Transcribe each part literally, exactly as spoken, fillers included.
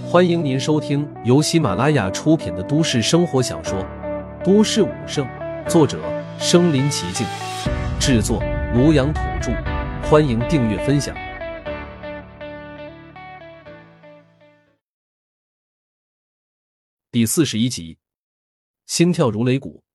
欢迎您收听由喜马拉雅出品的都市生活小说《都市武圣》，作者身临其境，制作庐阳土著。欢迎订阅分享。第四十一集，心跳如擂鼓。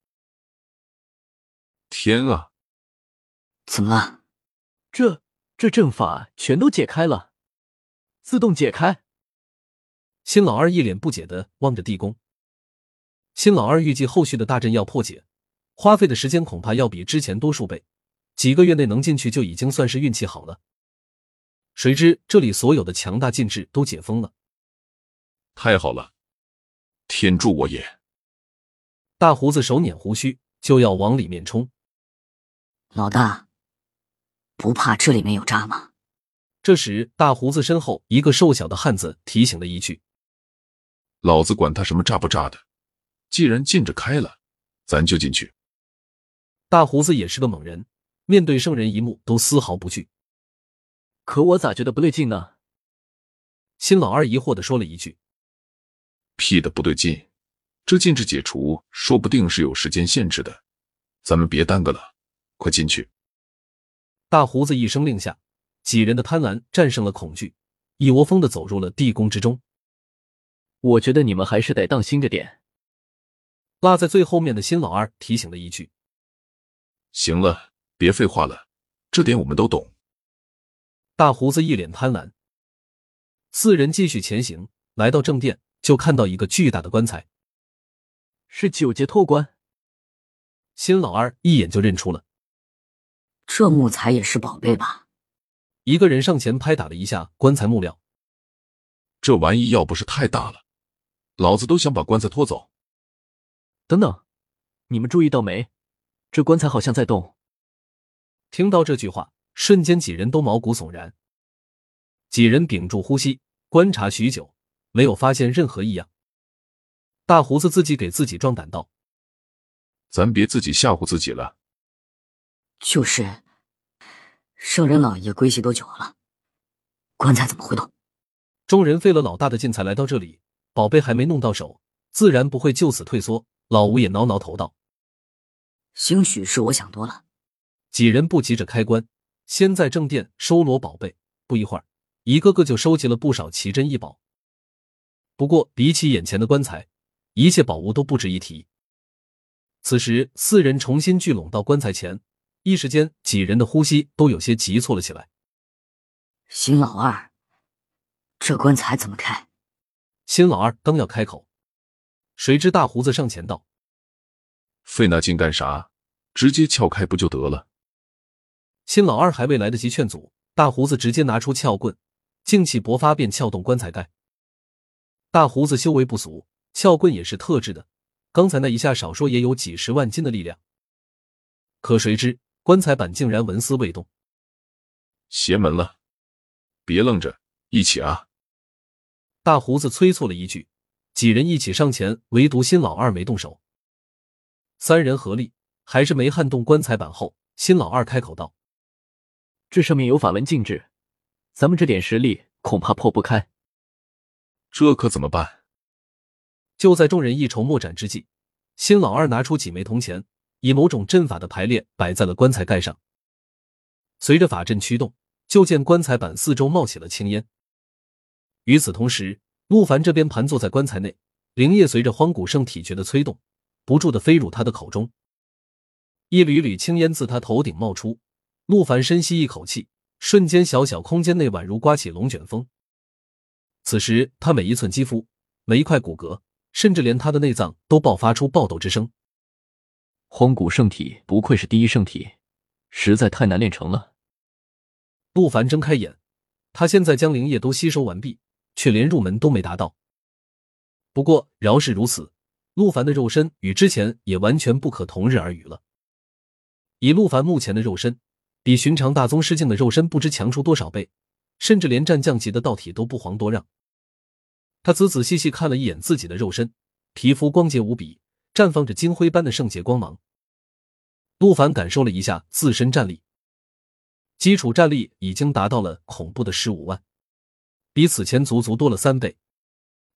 天啊！ 怎么了？ 这这阵法全都解开了，自动解开。 辛老二一脸不解地望着地宫。辛老二预计后续的大阵要破解，花费的时间恐怕要比之前多数倍，几个月内能进去就已经算是运气好了。谁知这里所有的强大禁制都解封了。 太好了，天助我也！ 大胡子手捻胡须就要往里面冲。 老大，不怕这里面有诈吗？ 这时大胡子身后一个瘦小的汉子提醒了一句： 老子管他什么炸不炸的，既然禁制开了，咱就进去。 大胡子也是个猛人，面对圣人一幕都丝毫不惧。 可我咋觉得不对劲呢？ 辛老二疑惑地说了一句。 屁的不对劲，这禁制解除说不定是有时间限制的，咱们别耽搁了，快进去。 大胡子一声令下，几人的贪婪战胜了恐惧，一窝蜂地走入了地宫之中。 我觉得你们还是得当心着点。 落在最后面的辛老二提醒了一句。 行了，别废话了，这点我们都懂。 大胡子一脸贪婪。四人继续前行，来到正殿，就看到一个巨大的棺材。 是九节托棺。 辛老二一眼就认出了。 这木材也是宝贝吧？ 一个人上前拍打了一下棺材木料。 这玩意要不是太大了，老子都想把棺材拖走。 等等，你们注意到没？这棺材好像在动。 听到这句话，瞬间几人都毛骨悚然。几人屏住呼吸，观察许久，没有发现任何异样。大胡子自己给自己壮胆道： 咱别自己吓唬自己了。 就是，圣人老爷归西多久了？棺材怎么会动？ 众人费了老大的劲才来到这里，宝贝还没弄到手，自然不会就此退缩。老吴也挠挠头道： 兴许是我想多了。 几人不急着开棺，先在正殿收罗宝贝，不一会儿，一个个就收集了不少奇珍异宝。不过比起眼前的棺材，一切宝物都不值一提。此时四人重新聚拢到棺材前，一时间几人的呼吸都有些急促了起来。 辛老二，这棺材怎么开？ 辛老二刚要开口，谁知大胡子上前道： 费那劲干啥？直接撬开不就得了？ 辛老二还未来得及劝阻，大胡子直接拿出撬棍，劲气勃发便撬动棺材盖。大胡子修为不俗，撬棍也是特制的，刚才那一下少说也有几十万斤的力量。可谁知棺材板竟然纹丝未动。 邪门了，别愣着，一起啊！ 大胡子催促了一句，几人一起上前，唯独辛老二没动手。三人合力还是没撼动棺材板后，辛老二开口道： 这上面有法文禁制，咱们这点实力恐怕破不开。 这可怎么办？ 就在众人一筹莫展之际，辛老二拿出几枚铜钱，以某种阵法的排列摆在了棺材盖上。随着法阵驱动，就见棺材板四周冒起了青烟。与此同时，陆凡这边盘坐在棺材内，灵液随着荒古圣体诀的催动，不住地飞入他的口中。一缕缕青烟自他头顶冒出，陆凡深吸一口气，瞬间小小空间内宛如刮起龙卷风。此时他每一寸肌肤，每一块骨骼，甚至连他的内脏都爆发出爆斗之声。 荒古圣体不愧是第一圣体，实在太难炼成了。 陆凡睁开眼，他现在将灵液都吸收完毕，却连入门都没达到。不过饶是如此，陆凡的肉身与之前也完全不可同日而语了。以陆凡目前的肉身，比寻常大宗师境的肉身不知强出多少倍，甚至连战将级的道体都不遑多让。他仔仔细细看了一眼自己的肉身，皮肤光洁无比，绽放着金辉般的圣洁光芒。陆凡感受了一下自身战力，基础战力已经达到了恐怖的十五万，比此前足足多了三倍。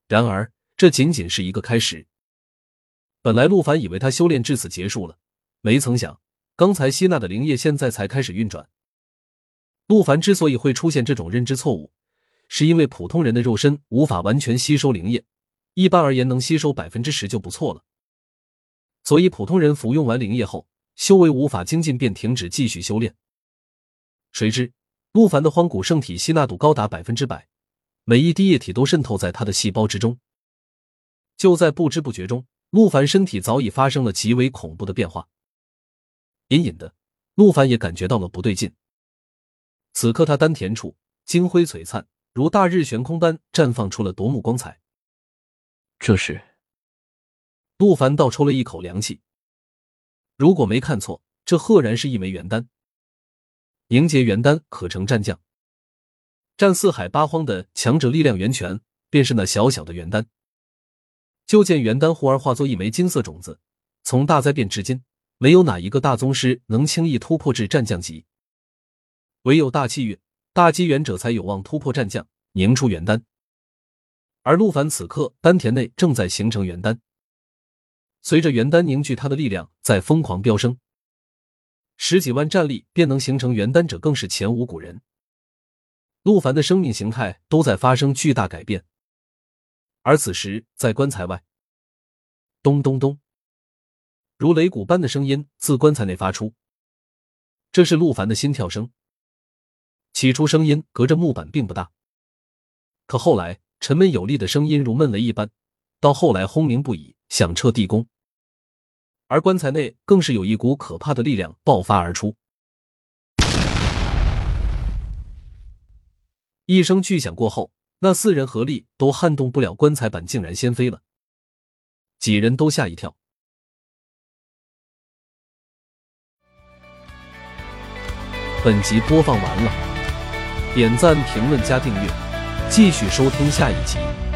然而，这仅仅是一个开始。本来陆凡以为他修炼至此结束了，没曾想，刚才吸纳的灵液现在才开始运转。陆凡之所以会出现这种认知错误，是因为普通人的肉身无法完全吸收灵液，一般而言能吸收 百分之十 就不错了。所以普通人服用完灵液后，修为无法精进便停止继续修炼。谁知陆凡的荒古圣体吸纳度高达 百分之百， 每一滴液体都渗透在他的细胞之中。就在不知不觉中，陆凡身体早已发生了极为恐怖的变化。隐隐的，陆凡也感觉到了不对劲。此刻他丹田处金辉璀璨，如大日悬空般绽放出了夺目光彩。 这是…… 陆凡倒抽了一口凉气。如果没看错，这赫然是一枚元丹。凝结元丹可成战将，战四海八荒的强者力量源泉便是那小小的元丹。就见元丹忽而化作一枚金色种子，从大灾变至今，没有哪一个大宗师能轻易突破至战将级，唯有大气运、大机缘者才有望突破战将，凝出元丹。而陆凡此刻丹田内正在形成元丹，随着元丹凝聚，他的力量在疯狂飙升，十几万战力便能形成元丹者更是前无古人。陆凡的生命形态都在发生巨大改变。而此时在棺材外，咚咚咚，如擂鼓般的声音自棺材内发出，这是陆凡的心跳声。起初声音隔着木板并不大，可后来沉闷有力的声音如闷雷一般，到后来轰鸣不已，响彻地宫。而棺材内更是有一股可怕的力量爆发而出，一声巨响过后，那四人合力都撼动不了棺材板，竟然掀飞了，几人都吓一跳。本集播放完了，点赞、评论加订阅，继续收听下一集。